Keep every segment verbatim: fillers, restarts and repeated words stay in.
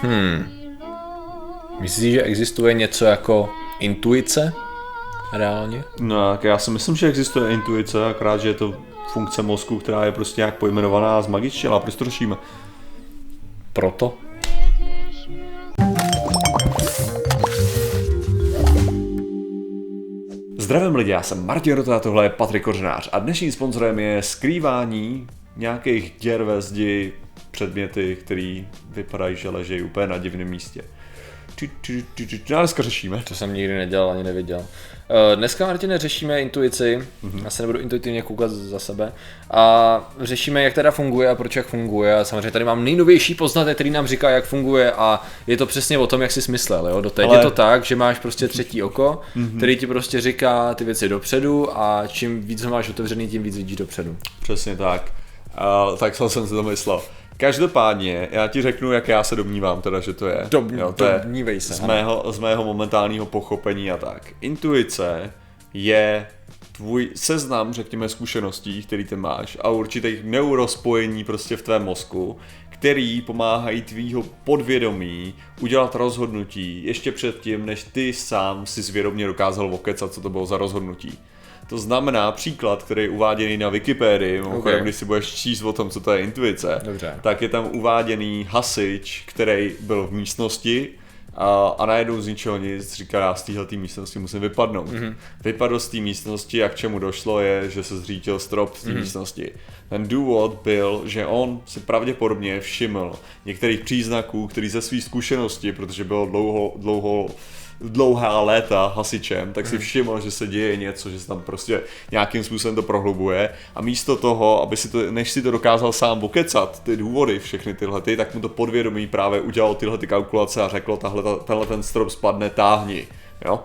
Hmm. Myslíš, že existuje něco jako intuice? Reálně? No, tak já si myslím, že existuje intuice, akorát, že je to funkce mozku, která je prostě nějak pojmenovaná a zmagičtěla. Proč to řešíme? Proto? Zdravím lidi, já jsem Martin Rota, tohle je Patrik Kořenář a dnešním sponzorem je skrývání nějakých děr ve zdi, předměty, které vypadají, že ležejí úplně na divném místě. A dneska řešíme. To jsem nikdy nedělal ani neviděl. Dneska, Martine, řešíme intuici, mm-hmm. Já se nebudu intuitivně koukat za sebe a řešíme, jak teda funguje a proč jak funguje a samozřejmě tady mám nejnovější poznatek, který nám říká, jak funguje a je to přesně o tom, jak jsi myslel, jo? Doteď Ale... je to tak, že máš prostě třetí oko, mm-hmm. který ti prostě říká ty věci dopředu a čím víc ho máš otevřený, tím víc vidíš dopředu. Přesně tak, uh, tak jsem si to myslel. Každopádně, já ti řeknu, jak já se domnívám teda, že to je. Dob, jo, to domnívej se. Z mého, z mého momentálního pochopení a tak. Intuice je tvůj seznam, řekněme, zkušeností, který ty máš a určitých neurospojení prostě v tvém mozku, který pomáhají tvýho podvědomí udělat rozhodnutí ještě předtím, než ty sám si zvědomě dokázal okecat, co to bylo za rozhodnutí. To znamená příklad, který je uváděný na Wikipedii, okay. Když si budeš číst o tom, co to je intuice, Dobře. Tak je tam uváděný hasič, který byl v místnosti a, a najednou z ničeho nic říká, já z téhletý místnosti musím vypadnout. Mm-hmm. Vypadl z té místnosti a k čemu došlo je, že se zřítil strop v té mm-hmm. místnosti. Ten důvod byl, že on si pravděpodobně všiml některých příznaků, který ze své zkušenosti, protože bylo dlouho, dlouho dlouhá léta hasičem, tak si všiml, že se děje něco, že se tam prostě nějakým způsobem to prohlubuje a místo toho, aby si to, než si to dokázal sám okecat, ty důvody, všechny tyhle ty, tak mu to podvědomí právě udělalo tyhle ty kalkulace a řeklo, tahle, tenhle ten strop spadne, táhni, jo.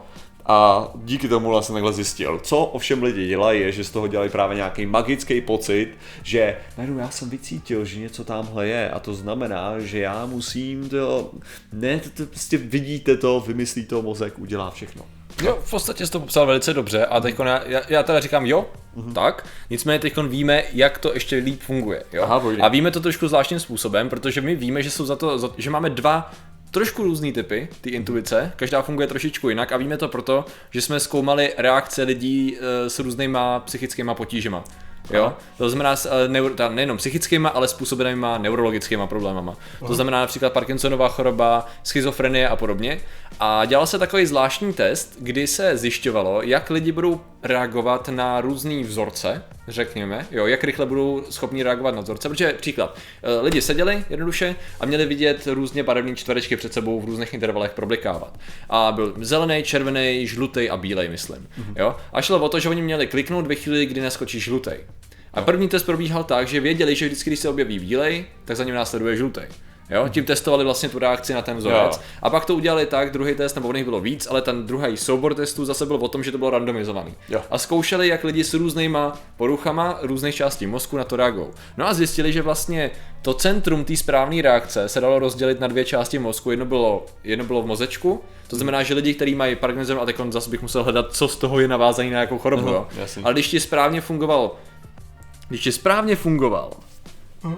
A díky tomu jsem takhle zjistil. Co ovšem lidi dělají, je, že z toho dělají právě nějaký magický pocit, že najednou já jsem vycítil, že něco tamhle je a to znamená, že já musím to, ne, to, to prostě vidíte to, vymyslí to, mozek udělá všechno. Jo, v podstatě jsi to popsal velice dobře a teď já, já teda říkám jo, mm-hmm. tak, nicméně teď víme, jak to ještě líp funguje, jo. Aha, a víme to trošku zvláštním způsobem, protože my víme, že jsou za to, za, že máme dva trošku různý typy, ty intuice, každá funguje trošičku jinak a víme to proto, že jsme zkoumali reakce lidí e, s různýma psychickýma potížema. Jo? To znamená neuro, nejenom psychickýma, ale způsobenýma neurologickýma problémama. Aha. To znamená například Parkinsonova choroba, schizofrenie a podobně. A dělal se takový zvláštní test, kdy se zjišťovalo, jak lidi budou reagovat na různý vzorce, řekněme, jo, jak rychle budou schopni reagovat na vzorce, protože příklad, lidi seděli jednoduše a měli vidět různě barevné čtverečky před sebou v různých intervalech problikávat. A byl zelený, červený, žlutý a bílej, myslím. Mhm. Jo? A šlo o to, že oni měli kliknout ve chvíli, kdy naskočí žlutý. A první test probíhal tak, že věděli, že vždycky, když se objeví bílej, tak za ním následuje žlutý. Jo? Tím testovali vlastně tu reakci na ten vzorec. Jo. A pak to udělali tak, druhý test, nebo nich bylo víc, ale ten druhý soubor testů zase byl o tom, že to bylo randomizovaný. Jo. A zkoušeli, jak lidi s různýma poruchama různých částí mozku na to reagují. No a zjistili, že vlastně to centrum té správné reakce se dalo rozdělit na dvě části mozku. Jedno bylo, jedno bylo v mozečku, to znamená, že lidi, kteří mají Parkinson, a teď zase bych musel hledat, co z toho je navázaný na jakou chorobu. Jo? Ale když ti správně fungoval, když ti správně fungoval, Uh,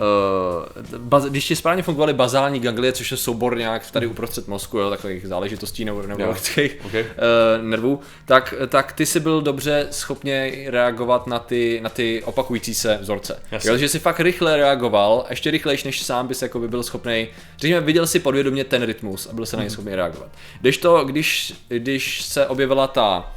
baz, když ti správně fungovaly bazální ganglie, což je soubor nějak tady uprostřed mozku, jo, takových záležitostí neurologických yeah. okay. uh, nervů, tak, tak ty si byl dobře schopně reagovat na ty, na ty opakující se vzorce. Jo, takže jsi fakt rychle reagoval, ještě rychlejš, než sám bys jako by byl schopný, řekněme, viděl si podvědomě ten rytmus a byl se na něj schopný reagovat. Když to, když, když se objevila ta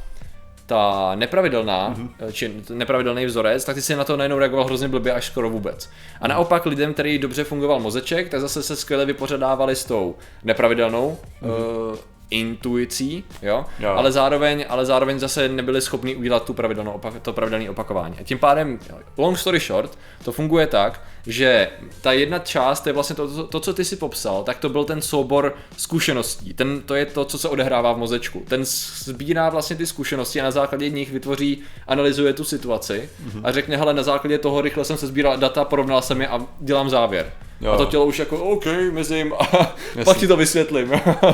ta nepravidelná, mm-hmm. či nepravidelný vzorec, tak ty si na to najednou reagoval hrozně blbě až skoro vůbec. A naopak lidem, který dobře fungoval mozeček, tak zase se skvěle vypořadávali s tou nepravidelnou mm-hmm. uh, intuicí, jo? Jo. Ale zároveň, ale zároveň zase nebyli schopni udělat tu pravidelnou opak, to pravidelné opakování. A tím pádem, long story short, to funguje tak, že ta jedna část, to je vlastně to, to, to, co ty si popsal, tak to byl ten soubor zkušeností. Ten, to je to, co se odehrává v mozečku. Ten sbírá vlastně ty zkušenosti a na základě nich vytvoří, analyzuje tu situaci mm-hmm. a řekne, hele, na základě toho rychle jsem se sbíral data, porovnal jsem je a dělám závěr. Jo. A to tělo už jako OK, mezím a pak ti to vysvětlím.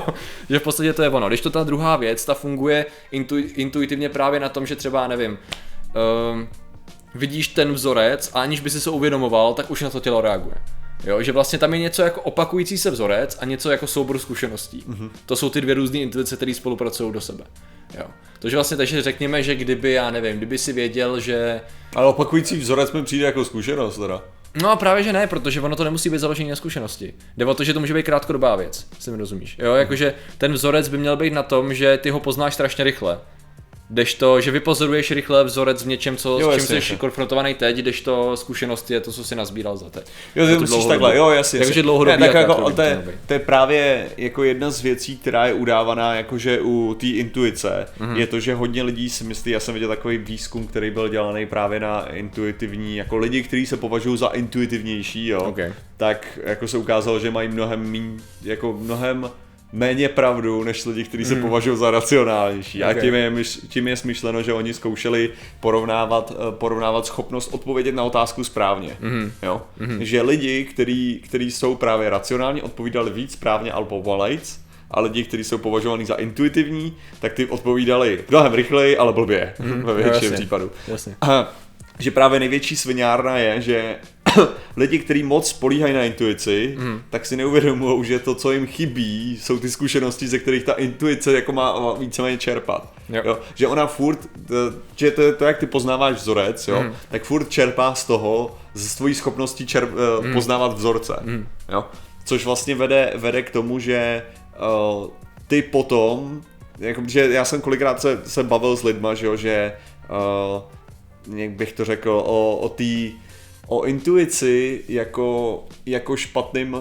Že v podstatě to je ono. Když to ta druhá věc, ta funguje intu, intuitivně právě na tom, že třeba, nevím, um, vidíš ten vzorec a aniž by si se uvědomoval, tak už na to tělo reaguje. Jo, že vlastně tam je něco jako opakující se vzorec a něco jako soubor zkušeností. Mm-hmm. To jsou ty dvě různé intuice, které spolupracují do sebe. Jo. To, že vlastně, takže řekněme, že kdyby, já nevím, kdyby si věděl, že... Ale opakující vzorec mi přijde jako zkušenost teda. No a právě, že ne, protože ono to nemusí být založené na zkušenosti. Jde o to, že to může být krátkodobá věc, si mi rozumíš. Jo, jakože ten vzorec by měl být na tom, že ty ho poznáš strašně rychle. Kdežto, že vypozoruješ rychle vzorec v něčem, co, jo, s čím jsi konfrontovaný teď, kdežto zkušenost je to, co jsi nazbíral za teď. Jo, ty musíš takhle, jo, jasně. Takže dlouhodobý. Ne, tak jako, to, je, to je právě jako jedna z věcí, která je udávaná, jakože u té intuice, mm-hmm. je to, že hodně lidí si myslí, já jsem viděl takový výzkum, který byl dělaný právě na intuitivní, jako lidi, kteří se považují za intuitivnější, jo, okay. tak jako se ukázalo, že mají mnohem míň, jako mnohem méně pravdu, než lidi, kteří se mm. považují za racionálnější. Okay. A tím je, tím je smyšleno, že oni zkoušeli porovnávat, porovnávat schopnost odpovědět na otázku správně. Mm. Jo? Mm. Že lidi, kteří, kteří jsou právě racionální, odpovídali víc správně alebo pomalejc, a lidi, kteří jsou považovaní za intuitivní, tak ty odpovídali mnohem rychleji, ale blbě, mm. ve většině případů. Jasně. Že právě největší sviňárna je, že lidi, kteří moc spolíhají na intuici, mm. tak si neuvědomují, že to, co jim chybí, jsou ty zkušenosti, ze kterých ta intuice jako má víceméně čerpat. Jo. Jo? Že ona furt, že to, to jak ty poznáváš vzorec, jo? Mm. tak furt čerpá z toho, z tvojí schopností čerp, mm. poznávat vzorce. Mm. Jo? Což vlastně vede, vede k tomu, že uh, ty potom, jako, že já jsem kolikrát se, se bavil s lidma, že, jo? že uh, jak bych to řekl, o, o té o intuici jako, jako špatným,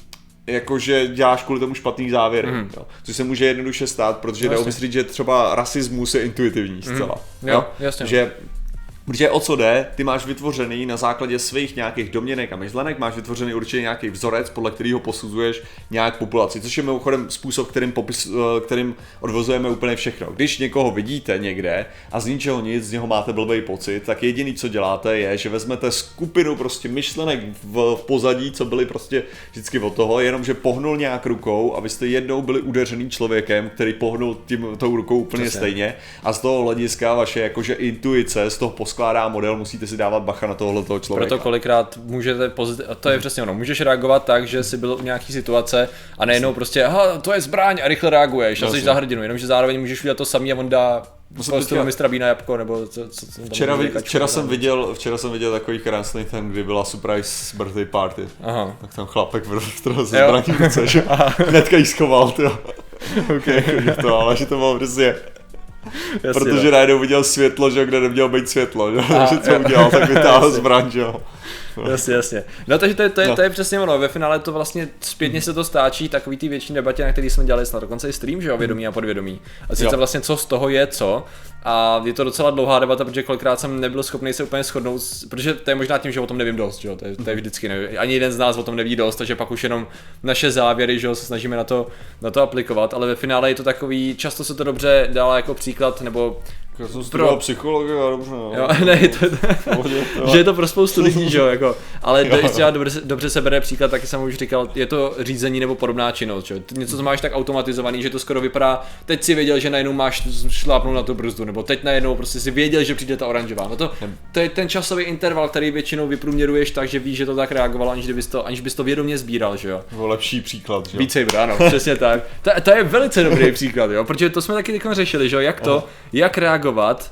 jakože děláš kvůli tomu špatný závěry, mm. jo. Což se může jednoduše stát, protože dá myslit, že třeba rasismus je intuitivní zcela. Mm. Jo, jo? Jasně. Že Protože o co jde, ty máš vytvořený na základě svých nějakých domněnek a myšlenek, máš vytvořený určitě nějaký vzorec, podle kterého posuzuješ nějak populaci, což je mimochodem způsob, kterým, popis, kterým odvozujeme úplně všechno. Když někoho vidíte někde a z ničeho nic, z něho máte blbej pocit, tak jediný, co děláte, je, že vezmete skupinu prostě myšlenek v, v pozadí, co byly prostě vždycky od toho, jenomže pohnul nějak rukou a vy jste jednou byli udeřený člověkem, který pohnul tím, tou rukou úplně Přesně. stejně a z toho hlediska vaše jakože intuice z toho skládá model, musíte si dávat bacha na tohoto člověka. Proto kolikrát můžete pozit... to je přesně ono, můžeš reagovat tak, že jsi byl v nějaký situace a nejenom prostě, aha, to je zbraň a rychle reaguješ a jsi za hrdinu, jenomže zároveň můžeš udělat to samý a on dá prostě mistra Beana jabko, nebo co, co, co včera, vy, včera, jsem viděl, včera jsem viděl takový krásný ten, kdy byla surprise birthday party. Aha. Tak tam chlapek vrhl se zbraní v ruce, že hnedka jí schoval, tyjo. Okay. to, ale že to bylo prostě Jasně, protože no. najednou viděl světlo, že kde nemělo být světlo, že, a, že co jo. udělal, tak vytáhl zbraň, že jo. No. Jasně, jasně. No takže to je, to je, no. to je přesně ono, ve finále to vlastně zpětně se to stáčí takový ty větší debatě, na který jsme dělali snad dokonce i stream, že jo, vědomí a podvědomí. A sice jo. vlastně co z toho je co. A je to docela dlouhá debata, protože kolikrát jsem nebyl schopný se úplně shodnout, protože to je možná tím, že o tom nevím dost, že jo, to je, to je vždycky, nevím. Ani jeden z nás o tom neví dost, takže pak už jenom naše závěry, že jo, se snažíme na to, na to aplikovat, ale ve finále je to takový, často se to dobře dává jako příklad, nebo já jsem studoval psychologie a dobře, no. Jo, ne, to, to, že je to pro spoustu lidí, že jo, jako, ale jo, jo. dobře, dobře se bere příklad, taky jsem už říkal, je to řízení nebo podobná činnost, že jo, něco, co máš tak automatizovaný, že to skoro vypadá, teď si věděl, že najednou máš šlápnout na tu brzdu, nebo teď najednou prostě si věděl, že přijde ta oranžová, no to, to je ten časový interval, který většinou vyprůměruješ tak, že víš, že to tak reagovalo, aniž bys to, aniž bys to vědomě sbíral, že jo. To lepší příklad, že jo. Beat Saber, ano, přesně tak, to, to je velice dobrý příklad, jo, protože to jsme taky teď řešili, že jo, jak to, jak reagovat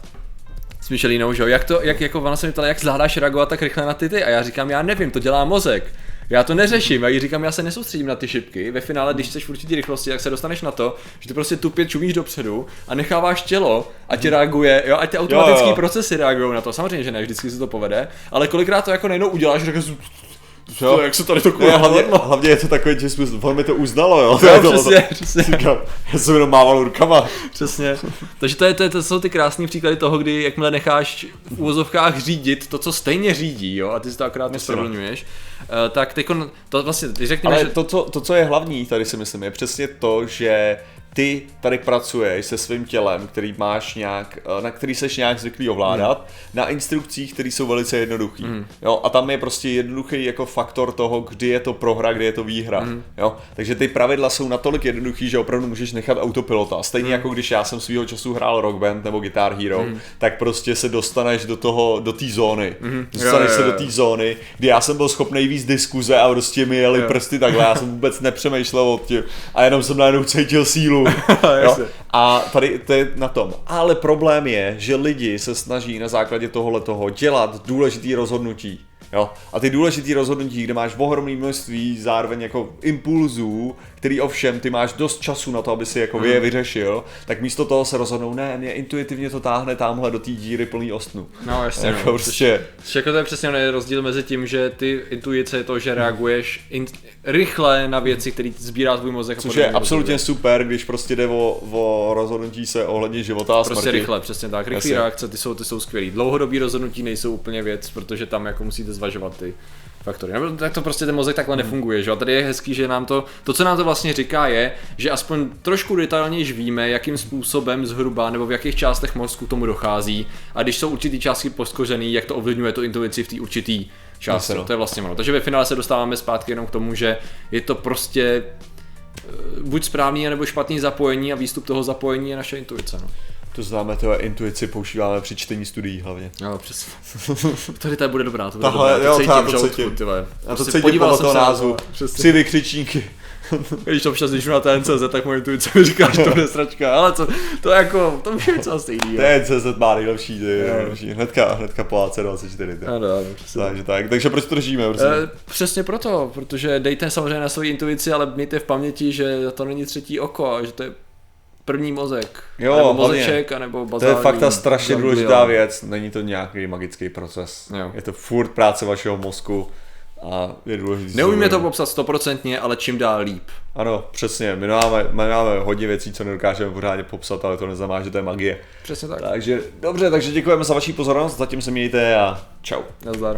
s Michelinou, že jo, jak to, jak jako ona se mi ptala, jak zvládáš reagovat tak rychle na ty ty a já říkám, já nevím, to dělá mozek. Já to neřeším, a jí říkám, já se nesoustředím na ty šipky. Ve finále, když jsi v určitý rychlosti, tak se dostaneš na to, že ty prostě tupě čumíš dopředu a necháváš tělo a ti reaguje, jo, a ty automatický jo, jo. procesy reagují na to. Samozřejmě, že ne, vždycky se to povede, ale kolikrát to jako najednou uděláš, že to, jak se tady to kurva hlavně, hlavně je to takový, že jsme, on mi to uznalo, jo. jo to, přesně, to, přesně. Říkám, já jsem jenom mával rukama. Přesně. Takže to, je, to, je, to jsou ty krásný příklady toho, kdy jakmile necháš v úvozovkách řídit to, co stejně řídí, jo, a ty si to akorát nespravedlňuješ, uh, tak teďko, to vlastně, ty řekněme, ale že... to co, to, co je hlavní, tady si myslím, je přesně to, že ty tady pracuješ se svým tělem, který máš nějak, na který seš nějak zvyklý ovládat, mm. na instrukcích, které jsou velice jednoduchý. Mm. Jo, a tam je prostě jednoduchý jako faktor toho, kdy je to prohra, kdy je to výhra. Mm. Jo, takže ty pravidla jsou natolik jednoduchý, že opravdu můžeš nechat autopilota. Stejně mm. jako když já jsem svýho času hrál Rock Band nebo Guitar Hero, mm. tak prostě se dostaneš do toho, do té zóny. Mm. Dostaneš jo, jo, jo. se do té zóny, kdy já jsem byl schopný víc diskuze a prostě mi jeli jo. prsty takhle, já jsem vůbec nepřemýšlel o tím a jenom jsem najednou cítil sílu. Jo? A tady to je na tom. Ale problém je, že lidi se snaží na základě tohohletoho dělat důležitý rozhodnutí. Jo? A ty důležitý rozhodnutí, kde máš ohromné množství zároveň jako impulzů, který ovšem ty máš dost času na to, aby si jako mm. je vyřešil, tak místo toho se rozhodnou, ne, mě intuitivně to táhne tamhle do té díry plný ostnu. No jasně. Jako no. prostě... Jako to je přesně rozdíl mezi tím, že ty intuice je to, že reaguješ in, rychle na věci, které sbírá tvůj mozek. Což je absolutně super, když prostě jde o, o rozhodnutí se ohledně života a smrti. Prostě rychle, přesně tak. Rychlé reakce, ty jsou, ty jsou skvělý. Dlouhodobý rozhodnutí nejsou úplně věc, protože tam jako musíte zvažovat ty faktory. Nebo tak to prostě ten mozek takhle nefunguje, že jo? Tady je hezký, že nám to, to co nám to vlastně říká je, že aspoň trošku detailněji víme, jakým způsobem zhruba nebo v jakých částech mozku tomu dochází a když jsou určitý částky poškozený, jak to ovlivňuje tu intuici v té určitý části. No, to je vlastně ono. Takže ve finále se dostáváme zpátky jenom k tomu, že je to prostě buď správný nebo špatný zapojení a výstup toho zapojení je naše intuice. No. To známe, to intuici používáme při čtení studií hlavně. Jo, přesně. Tady ta bude dobrá, to bude Tahle, dobrá. Jo, cítím, to žaludku, cítím. Tyhle. A to cítím podle toho názvu. Tři vykřičníky. Když občas když na T N C Z, tak moje intuice mi říká, že to bude sračka, ale co, to jako, to už je docela stejný. T N C Z má nejlepší, ty, nejlepší. Hnedka, hnedka po A C dvacet čtyři. Ano, ano, přesně. Takže, tak, takže proč to držíme? E, přesně proto, protože dejte samozřejmě na svoji intuici, ale mějte v paměti, že to není třetí oko, že to je první mozek, jo, nebo mozeček, anebo bazální. To je fakt ta strašně důležitá věc, není to nějaký magický proces. Jo. Je to furt práce vašeho mozku a je důležitý. Neumíme to popsat stoprocentně, ale čím dál líp. Ano, přesně, my máme, my máme hodně věcí, co nedokážeme pořádně popsat, ale to neznamená, že to je magie. Přesně tak. Takže dobře, takže děkujeme za vaši pozornost, zatím se mějte a čau. Nazdar.